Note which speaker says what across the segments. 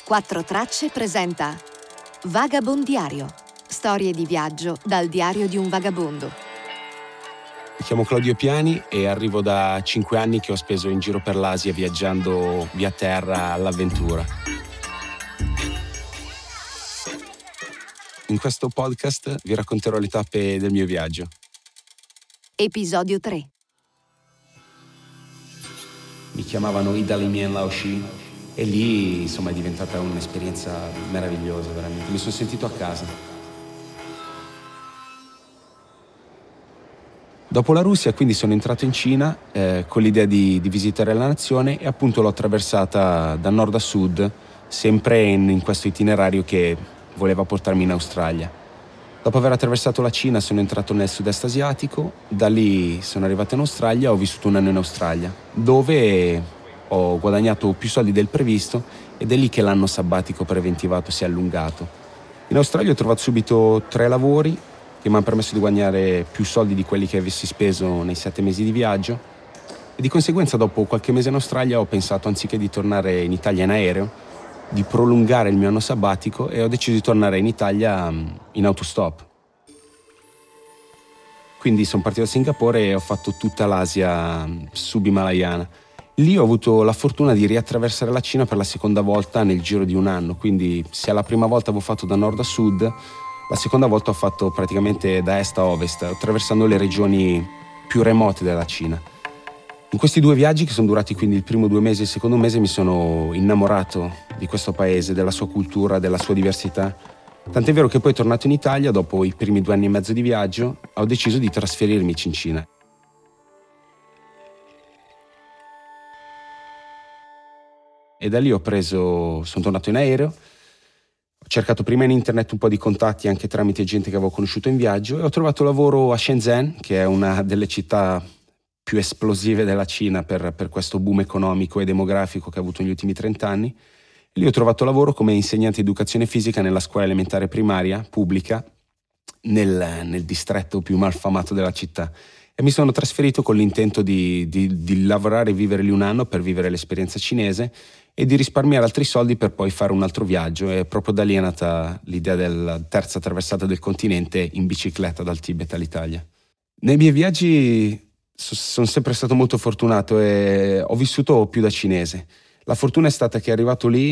Speaker 1: Quattro Tracce presenta Vagabondiario. Storie di viaggio dal diario di un vagabondo.
Speaker 2: Mi chiamo Claudio Piani e arrivo da 5 anni che ho speso in giro per l'Asia viaggiando via terra all'avventura. In questo podcast vi racconterò le tappe del mio viaggio.
Speaker 1: Episodio 3.
Speaker 2: Mi chiamavano Ida Limien Laoshi e lì insomma è diventata un'esperienza meravigliosa, veramente. Mi sono sentito a casa. Dopo la Russia quindi sono entrato in Cina con l'idea di visitare la nazione e appunto l'ho attraversata da nord a sud, sempre in questo itinerario che voleva portarmi in Australia. Dopo aver attraversato la Cina sono entrato nel sud-est asiatico, da lì sono arrivato in Australia, ho vissuto un anno in Australia, dove ho guadagnato più soldi del previsto ed è lì che l'anno sabbatico preventivato si è allungato. In Australia ho trovato subito 3 lavori che mi hanno permesso di guadagnare più soldi di quelli che avessi speso nei 7 mesi di viaggio e di conseguenza dopo qualche mese in Australia ho pensato, anziché di tornare in Italia in aereo, di prolungare il mio anno sabbatico e ho deciso di tornare in Italia in autostop. Quindi sono partito da Singapore e ho fatto tutta l'Asia sub-himalayana. Lì ho avuto la fortuna di riattraversare la Cina per la seconda volta nel giro di un anno, quindi se la prima volta avevo fatto da nord a sud, la seconda volta ho fatto praticamente da est a ovest, attraversando le regioni più remote della Cina. In questi 2 viaggi, che sono durati quindi il primo 2 mesi e il secondo mese, mi sono innamorato di questo paese, della sua cultura, della sua diversità. Tant'è vero che poi tornato in Italia, dopo i primi 2 anni e mezzo di viaggio, ho deciso di trasferirmi in Cina. E da lì sono tornato in aereo, ho cercato prima in internet un po' di contatti anche tramite gente che avevo conosciuto in viaggio e ho trovato lavoro a Shenzhen, che è una delle città più esplosive della Cina per questo boom economico e demografico che ha avuto negli ultimi 30 anni. E lì ho trovato lavoro come insegnante di educazione fisica nella scuola elementare primaria pubblica nel distretto più malfamato della città. E mi sono trasferito con l'intento di lavorare e vivere lì un anno per vivere l'esperienza cinese e di risparmiare altri soldi per poi fare un altro viaggio, e proprio da lì è nata l'idea della terza traversata del continente in bicicletta dal Tibet all'Italia. Nei miei viaggi sono sempre stato molto fortunato e ho vissuto più da cinese. La fortuna è stata che arrivato lì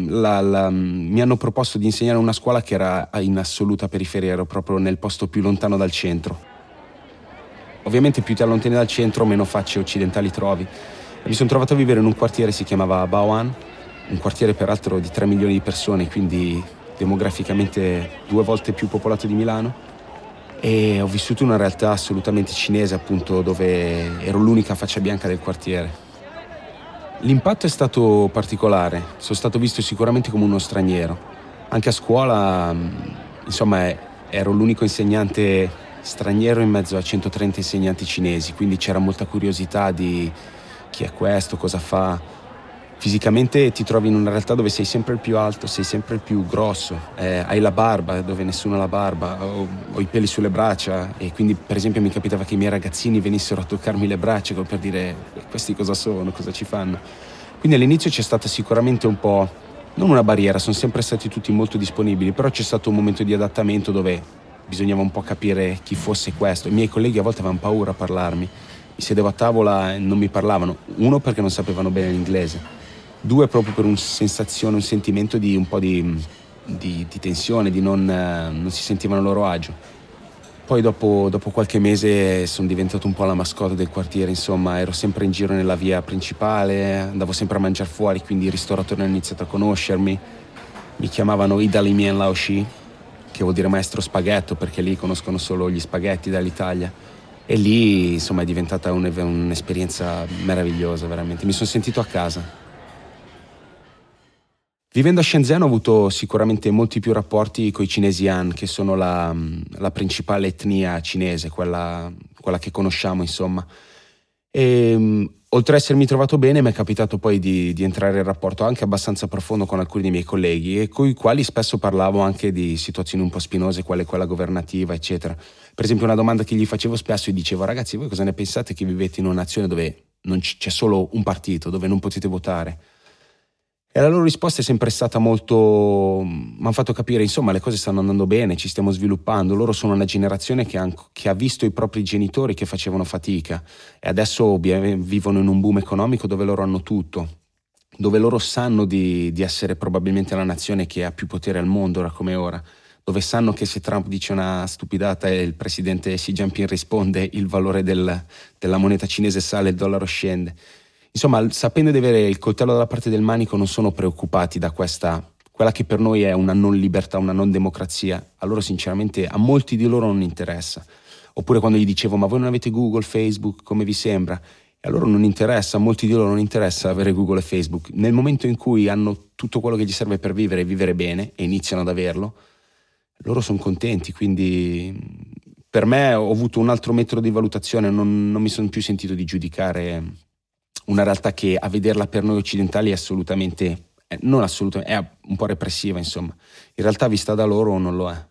Speaker 2: mi hanno proposto di insegnare una scuola che era in assoluta periferia, ero proprio nel posto più lontano dal centro. Ovviamente più ti allontani dal centro, meno facce occidentali trovi. Mi sono trovato a vivere in un quartiere, si chiamava Bao'an, un quartiere peraltro di 3 milioni di persone, quindi demograficamente 2 volte più popolato di Milano, e ho vissuto in una realtà assolutamente cinese, appunto, dove ero l'unica faccia bianca del quartiere. L'impatto è stato particolare, sono stato visto sicuramente come uno straniero. Anche a scuola, insomma, ero l'unico insegnante straniero in mezzo a 130 insegnanti cinesi, quindi c'era molta curiosità di chi è questo, cosa fa. Fisicamente ti trovi in una realtà dove sei sempre il più alto, sei sempre il più grosso, hai la barba dove nessuno ha la barba, ho i peli sulle braccia e quindi per esempio mi capitava che i miei ragazzini venissero a toccarmi le braccia come per dire questi cosa sono, cosa ci fanno. Quindi all'inizio c'è stata sicuramente un po', non una barriera, sono sempre stati tutti molto disponibili, però c'è stato un momento di adattamento dove bisognava un po' capire chi fosse questo. I miei colleghi a volte avevano paura a parlarmi, mi sedevo a tavola e non mi parlavano, 1 perché non sapevano bene l'inglese, 2 proprio per un sentimento di un po' di tensione, di non si sentivano a loro agio. Poi dopo qualche mese sono diventato un po' la mascotte del quartiere, insomma, ero sempre in giro nella via principale, andavo sempre a mangiare fuori, quindi i ristoratori hanno iniziato a conoscermi, mi chiamavano Ida Limien Laoshi, che vuol dire maestro spaghetto, perché lì conoscono solo gli spaghetti dall'Italia. E lì, insomma, è diventata un'esperienza meravigliosa, veramente. Mi sono sentito a casa. Vivendo a Shenzhen ho avuto sicuramente molti più rapporti con i cinesi Han, che sono la principale etnia cinese, quella che conosciamo, insomma. E oltre ad essermi trovato bene, mi è capitato poi di entrare in rapporto anche abbastanza profondo con alcuni dei miei colleghi e con i quali spesso parlavo anche di situazioni un po' spinose, quale quella governativa, eccetera. Per esempio una domanda che gli facevo spesso, gli dicevo: ragazzi, voi cosa ne pensate che vivete in una nazione dove non c'è solo un partito, dove non potete votare? E la loro risposta è sempre stata molto, mi hanno fatto capire, insomma, le cose stanno andando bene, ci stiamo sviluppando. Loro sono una generazione che ha visto i propri genitori che facevano fatica e adesso vivono in un boom economico dove loro hanno tutto, dove loro sanno di essere probabilmente la nazione che ha più potere al mondo ora come ora, dove sanno che se Trump dice una stupidata e il presidente Xi Jinping risponde, il valore della moneta cinese sale, il dollaro scende. Insomma, sapendo di avere il coltello dalla parte del manico, non sono preoccupati da quella che per noi è una non libertà, una non democrazia. A loro sinceramente, a molti di loro non interessa. Oppure quando gli dicevo, ma voi non avete Google, Facebook, come vi sembra? E a loro non interessa, a molti di loro non interessa avere Google e Facebook. Nel momento in cui hanno tutto quello che gli serve per vivere e vivere bene, e iniziano ad averlo, loro sono contenti. Quindi per me ho avuto un altro metro di valutazione, non mi sono più sentito di giudicare una realtà che a vederla per noi occidentali è assolutamente, non assolutamente, è un po' repressiva, insomma. In realtà vista da loro non lo è.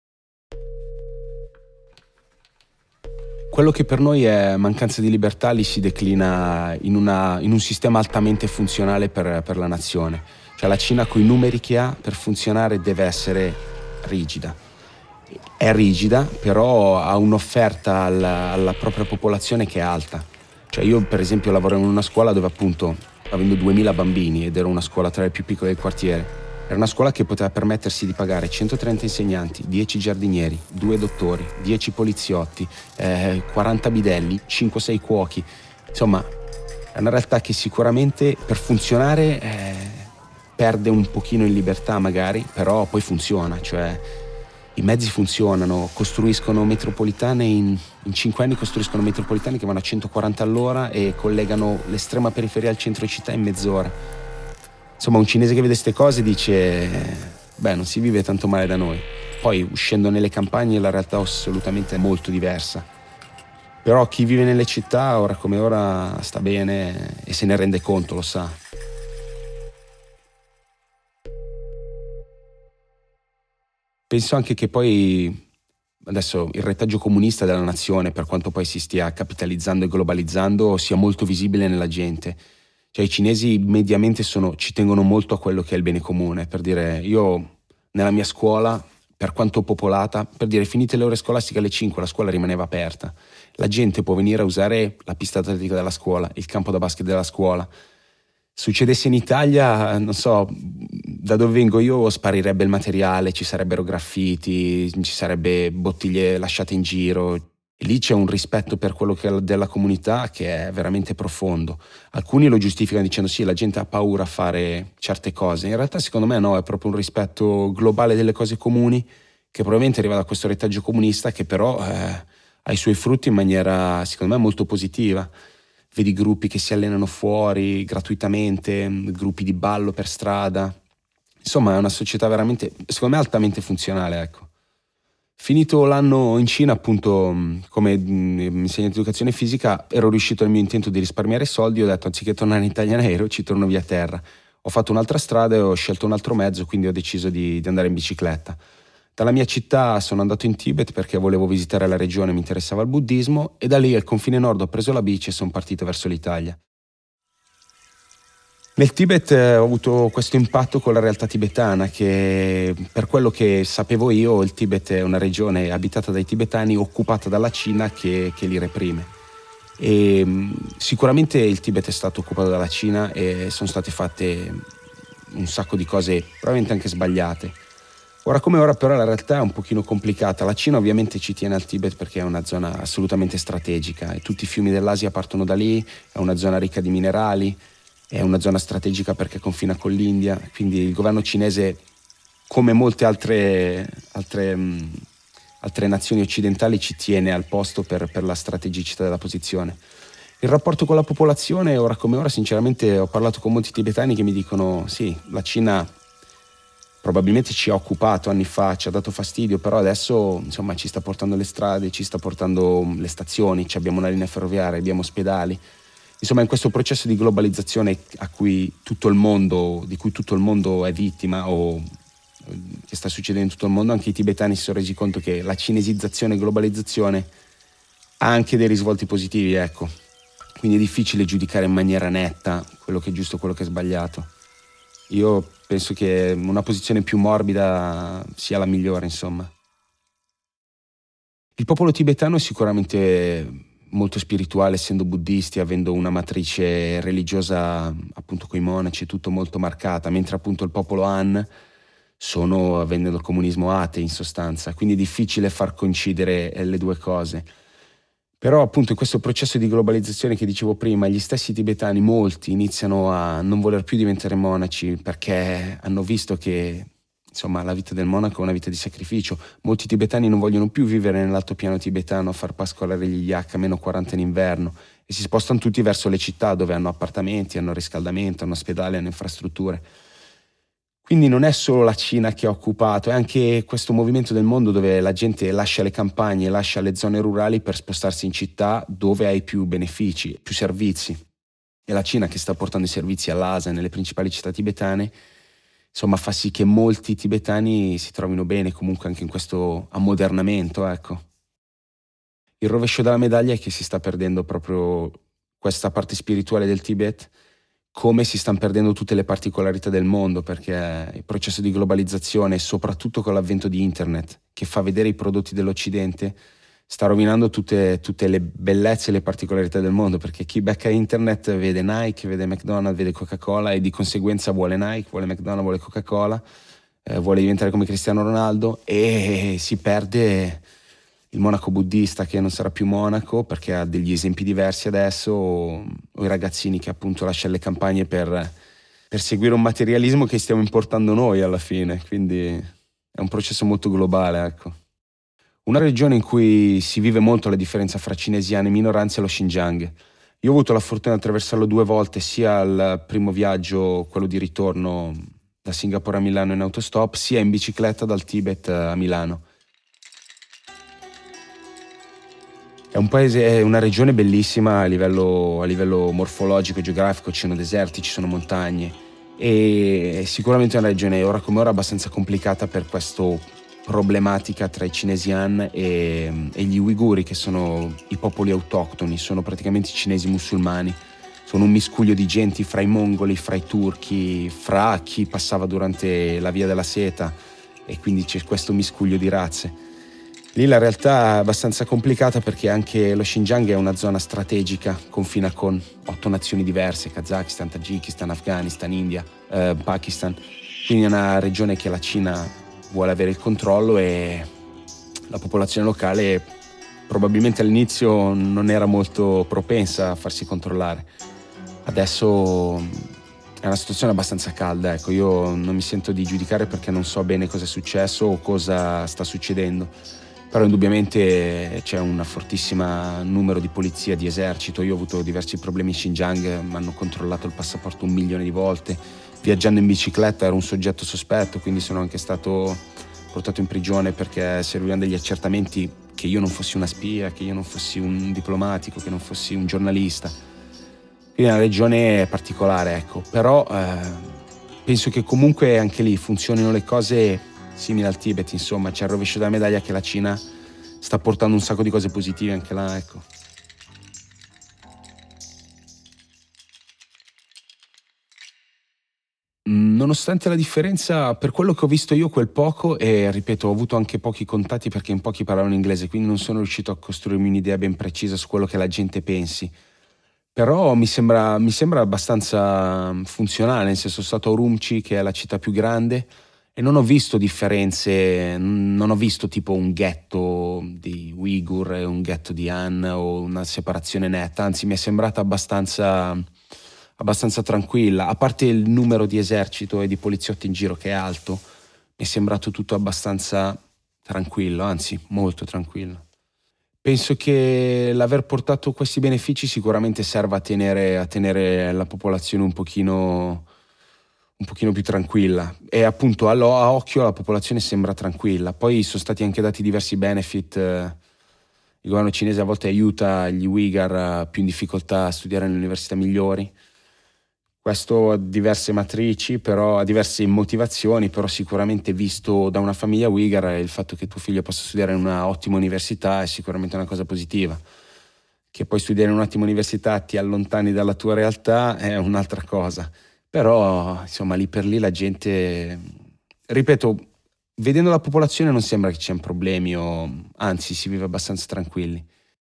Speaker 2: Quello che per noi è mancanza di libertà lì si declina in un sistema altamente funzionale per la nazione. Cioè la Cina con i numeri che ha per funzionare deve essere rigida. È rigida, però ha un'offerta alla propria popolazione che è alta. Cioè io per esempio lavoro in una scuola dove appunto, avendo 2000 bambini ed era una scuola tra le più piccole del quartiere, era una scuola che poteva permettersi di pagare 130 insegnanti, 10 giardinieri, 2 dottori, 10 poliziotti, 40 bidelli, 5-6 cuochi. Insomma, è una realtà che sicuramente per funzionare perde un pochino in libertà magari, però poi funziona, cioè i mezzi funzionano, costruiscono metropolitane in 5 anni costruiscono metropolitane che vanno a 140 all'ora e collegano l'estrema periferia al centro città in mezz'ora. Insomma, un cinese che vede queste cose dice beh, non si vive tanto male da noi. Poi uscendo nelle campagne la realtà è assolutamente molto diversa. Però chi vive nelle città ora come ora sta bene e se ne rende conto, lo sa. Penso anche che poi adesso il retaggio comunista della nazione, per quanto poi si stia capitalizzando e globalizzando, sia molto visibile nella gente. Cioè i cinesi mediamente ci tengono molto a quello che è il bene comune. Per dire, io nella mia scuola, per quanto popolata, per dire finite le ore scolastiche alle 5 la scuola rimaneva aperta. La gente può venire a usare la pista atletica della scuola, il campo da basket della scuola. Succedesse in Italia, non so, da dove vengo io sparirebbe il materiale, ci sarebbero graffiti, ci sarebbe bottiglie lasciate in giro. E lì c'è un rispetto per quello che è della comunità che è veramente profondo. Alcuni lo giustificano dicendo sì, la gente ha paura a fare certe cose. In realtà secondo me no, è proprio un rispetto globale delle cose comuni che probabilmente arriva da questo retaggio comunista che però ha i suoi frutti in maniera secondo me molto positiva. Vedi gruppi che si allenano fuori gratuitamente, gruppi di ballo per strada. Insomma è una società veramente, secondo me, altamente funzionale, ecco. Finito l'anno in Cina, appunto, come insegnante di educazione fisica, ero riuscito al mio intento di risparmiare soldi. Ho detto, anziché tornare in Italia in aereo, ci torno via terra. Ho fatto un'altra strada e ho scelto un altro mezzo, quindi ho deciso di andare in bicicletta. Dalla mia città sono andato in Tibet perché volevo visitare la regione, mi interessava il buddismo, e da lì al confine nord ho preso la bici e sono partito verso l'Italia. Nel Tibet ho avuto questo impatto con la realtà tibetana, che per quello che sapevo io il Tibet è una regione abitata dai tibetani, occupata dalla Cina che li reprime. E sicuramente il Tibet è stato occupato dalla Cina e sono state fatte un sacco di cose probabilmente anche sbagliate. Ora come ora però la realtà è un pochino complicata. La Cina ovviamente ci tiene al Tibet perché è una zona assolutamente strategica e tutti i fiumi dell'Asia partono da lì, è una zona ricca di minerali, è una zona strategica perché confina con l'India, quindi il governo cinese, come molte altre nazioni occidentali, ci tiene al posto per la strategicità della posizione. Il rapporto con la popolazione, ora come ora, sinceramente ho parlato con molti tibetani che mi dicono sì, la Cina probabilmente ci ha occupato anni fa, ci ha dato fastidio, però adesso insomma ci sta portando le strade, ci sta portando le stazioni, abbiamo una linea ferroviaria, abbiamo ospedali. Insomma, in questo processo di globalizzazione di cui tutto il mondo è vittima o che sta succedendo in tutto il mondo, anche i tibetani si sono resi conto che la cinesizzazione e globalizzazione ha anche dei risvolti positivi, ecco. Quindi è difficile giudicare in maniera netta quello che è giusto e quello che è sbagliato. Io penso che una posizione più morbida sia la migliore, insomma. Il popolo tibetano è sicuramente molto spirituale, essendo buddisti, avendo una matrice religiosa appunto coi monaci, tutto molto marcata, mentre appunto il popolo Han sono, avendo il comunismo, atei in sostanza, quindi è difficile far coincidere le due cose. Però appunto in questo processo di globalizzazione che dicevo prima, gli stessi tibetani, molti, iniziano a non voler più diventare monaci perché hanno visto che insomma la vita del monaco è una vita di sacrificio. Molti tibetani non vogliono più vivere nell'altopiano tibetano a far pascolare gli yak a meno 40 in inverno e si spostano tutti verso le città dove hanno appartamenti, hanno riscaldamento, hanno ospedali, hanno infrastrutture. Quindi non è solo la Cina che ha occupato, è anche questo movimento del mondo dove la gente lascia le campagne, lascia le zone rurali per spostarsi in città dove hai più benefici, più servizi. E la Cina, che sta portando i servizi all'Asia nelle principali città tibetane, insomma fa sì che molti tibetani si trovino bene comunque anche in questo ammodernamento, ecco. Il rovescio della medaglia è che si sta perdendo proprio questa parte spirituale del Tibet, come si stanno perdendo tutte le particolarità del mondo, perché il processo di globalizzazione, soprattutto con l'avvento di internet, che fa vedere i prodotti dell'Occidente, sta rovinando tutte le bellezze e le particolarità del mondo, perché chi becca internet vede Nike, vede McDonald's, vede Coca-Cola e di conseguenza vuole Nike, vuole McDonald's, vuole Coca-Cola, vuole diventare come Cristiano Ronaldo e si perde il monaco buddista che non sarà più monaco perché ha degli esempi diversi adesso, o i ragazzini che appunto lasciano le campagne per seguire un materialismo che stiamo importando noi alla fine, quindi è un processo molto globale, ecco. Una regione in cui si vive molto la differenza fra cinesiani e minoranze è lo Xinjiang. Io ho avuto la fortuna di attraversarlo 2 volte, sia al primo viaggio, quello di ritorno da Singapore a Milano in autostop, sia in bicicletta dal Tibet a Milano. È un paese, è una regione bellissima a livello morfologico e geografico, ci sono deserti, ci sono montagne e sicuramente è una regione ora come ora abbastanza complicata per questa problematica tra i cinesi Han e gli uiguri, che sono i popoli autoctoni, sono praticamente i cinesi musulmani, sono un miscuglio di genti fra i mongoli, fra i turchi, fra chi passava durante la via della seta e quindi c'è questo miscuglio di razze. Lì la realtà è abbastanza complicata perché anche lo Xinjiang è una zona strategica, confina con 8 nazioni diverse, Kazakistan, Tagikistan, Afghanistan, India, Pakistan. Quindi è una regione che la Cina vuole avere il controllo e la popolazione locale probabilmente all'inizio non era molto propensa a farsi controllare. Adesso è una situazione abbastanza calda, ecco, io non mi sento di giudicare perché non so bene cosa è successo o cosa sta succedendo. Però indubbiamente c'è un fortissimo numero di polizia, di esercito. Io ho avuto diversi problemi in Xinjiang, mi hanno controllato il passaporto 1 milione di volte. Viaggiando in bicicletta ero un soggetto sospetto, quindi sono anche stato portato in prigione perché servivano degli accertamenti che io non fossi una spia, che io non fossi un diplomatico, che non fossi un giornalista. Quindi è una regione particolare, ecco. Però penso che comunque anche lì funzionino le cose simile al Tibet, insomma, c'è il rovescio della medaglia che la Cina sta portando un sacco di cose positive anche là, ecco. Nonostante la differenza, per quello che ho visto io quel poco, e ripeto, ho avuto anche pochi contatti perché in pochi parlavano inglese, quindi non sono riuscito a costruirmi un'idea ben precisa su quello che la gente pensi. Però mi sembra abbastanza funzionale, nel senso sono stato a Urumqi, che è la città più grande, e non ho visto differenze, non ho visto tipo un ghetto di Uighur e un ghetto di Han o una separazione netta, anzi mi è sembrata abbastanza tranquilla, a parte il numero di esercito e di poliziotti in giro che è alto, mi è sembrato tutto abbastanza tranquillo, anzi molto tranquillo. Penso che l'aver portato questi benefici sicuramente serva a tenere la popolazione un pochino più tranquilla e appunto a occhio la popolazione sembra tranquilla. Poi sono stati anche dati diversi benefit, il governo cinese a volte aiuta gli Uyghur più in difficoltà a studiare nelle università migliori. Questo ha diverse matrici, però ha diverse motivazioni, però sicuramente visto da una famiglia Uyghur il fatto che tuo figlio possa studiare in una ottima università è sicuramente una cosa positiva. Che poi studiare in un'ottima università ti allontani dalla tua realtà è un'altra cosa. Però insomma lì per lì la gente, ripeto, vedendo la popolazione non sembra che ci siano problemi, anzi si vive abbastanza tranquilli.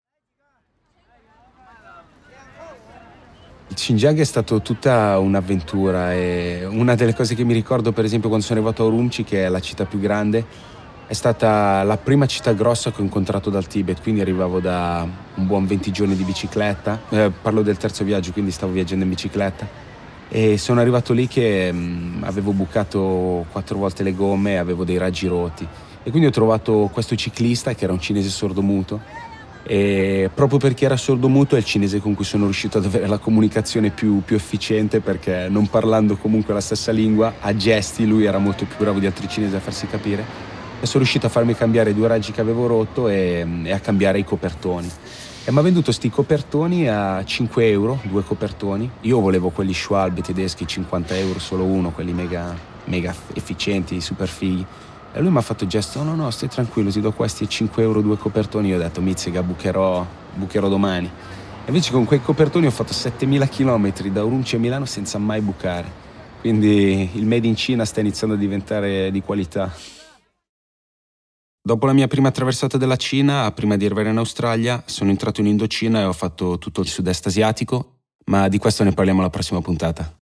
Speaker 2: Il Xinjiang è stato tutta un'avventura e una delle cose che mi ricordo, per esempio, quando sono arrivato a Urumqi, che è la città più grande, è stata la prima città grossa che ho incontrato dal Tibet, quindi arrivavo da un buon 20 giorni di bicicletta, parlo del terzo viaggio, quindi stavo viaggiando in bicicletta e sono arrivato lì che avevo bucato 4 volte le gomme, avevo dei raggi rotti e quindi ho trovato questo ciclista che era un cinese sordomuto e proprio perché era sordomuto è il cinese con cui sono riuscito ad avere la comunicazione più efficiente, perché non parlando comunque la stessa lingua, a gesti lui era molto più bravo di altri cinesi a farsi capire e sono riuscito a farmi cambiare 2 raggi che avevo rotto e a cambiare i copertoni. E mi ha venduto sti copertoni a 5 euro, 2 copertoni. Io volevo quelli Schwalbe tedeschi, 50 euro solo uno, quelli mega efficienti, super fighi. E lui mi ha fatto il gesto: no, stai tranquillo, ti do questi 5 euro 2 copertoni. Io ho detto: mizzega, bucherò domani. E invece con quei copertoni ho fatto 7000 km da Urumqi a Milano senza mai bucare. Quindi il made in Cina sta iniziando a diventare di qualità. Dopo la mia prima traversata della Cina, prima di arrivare in Australia, sono entrato in Indocina e ho fatto tutto il sud-est asiatico, ma di questo ne parliamo alla prossima puntata.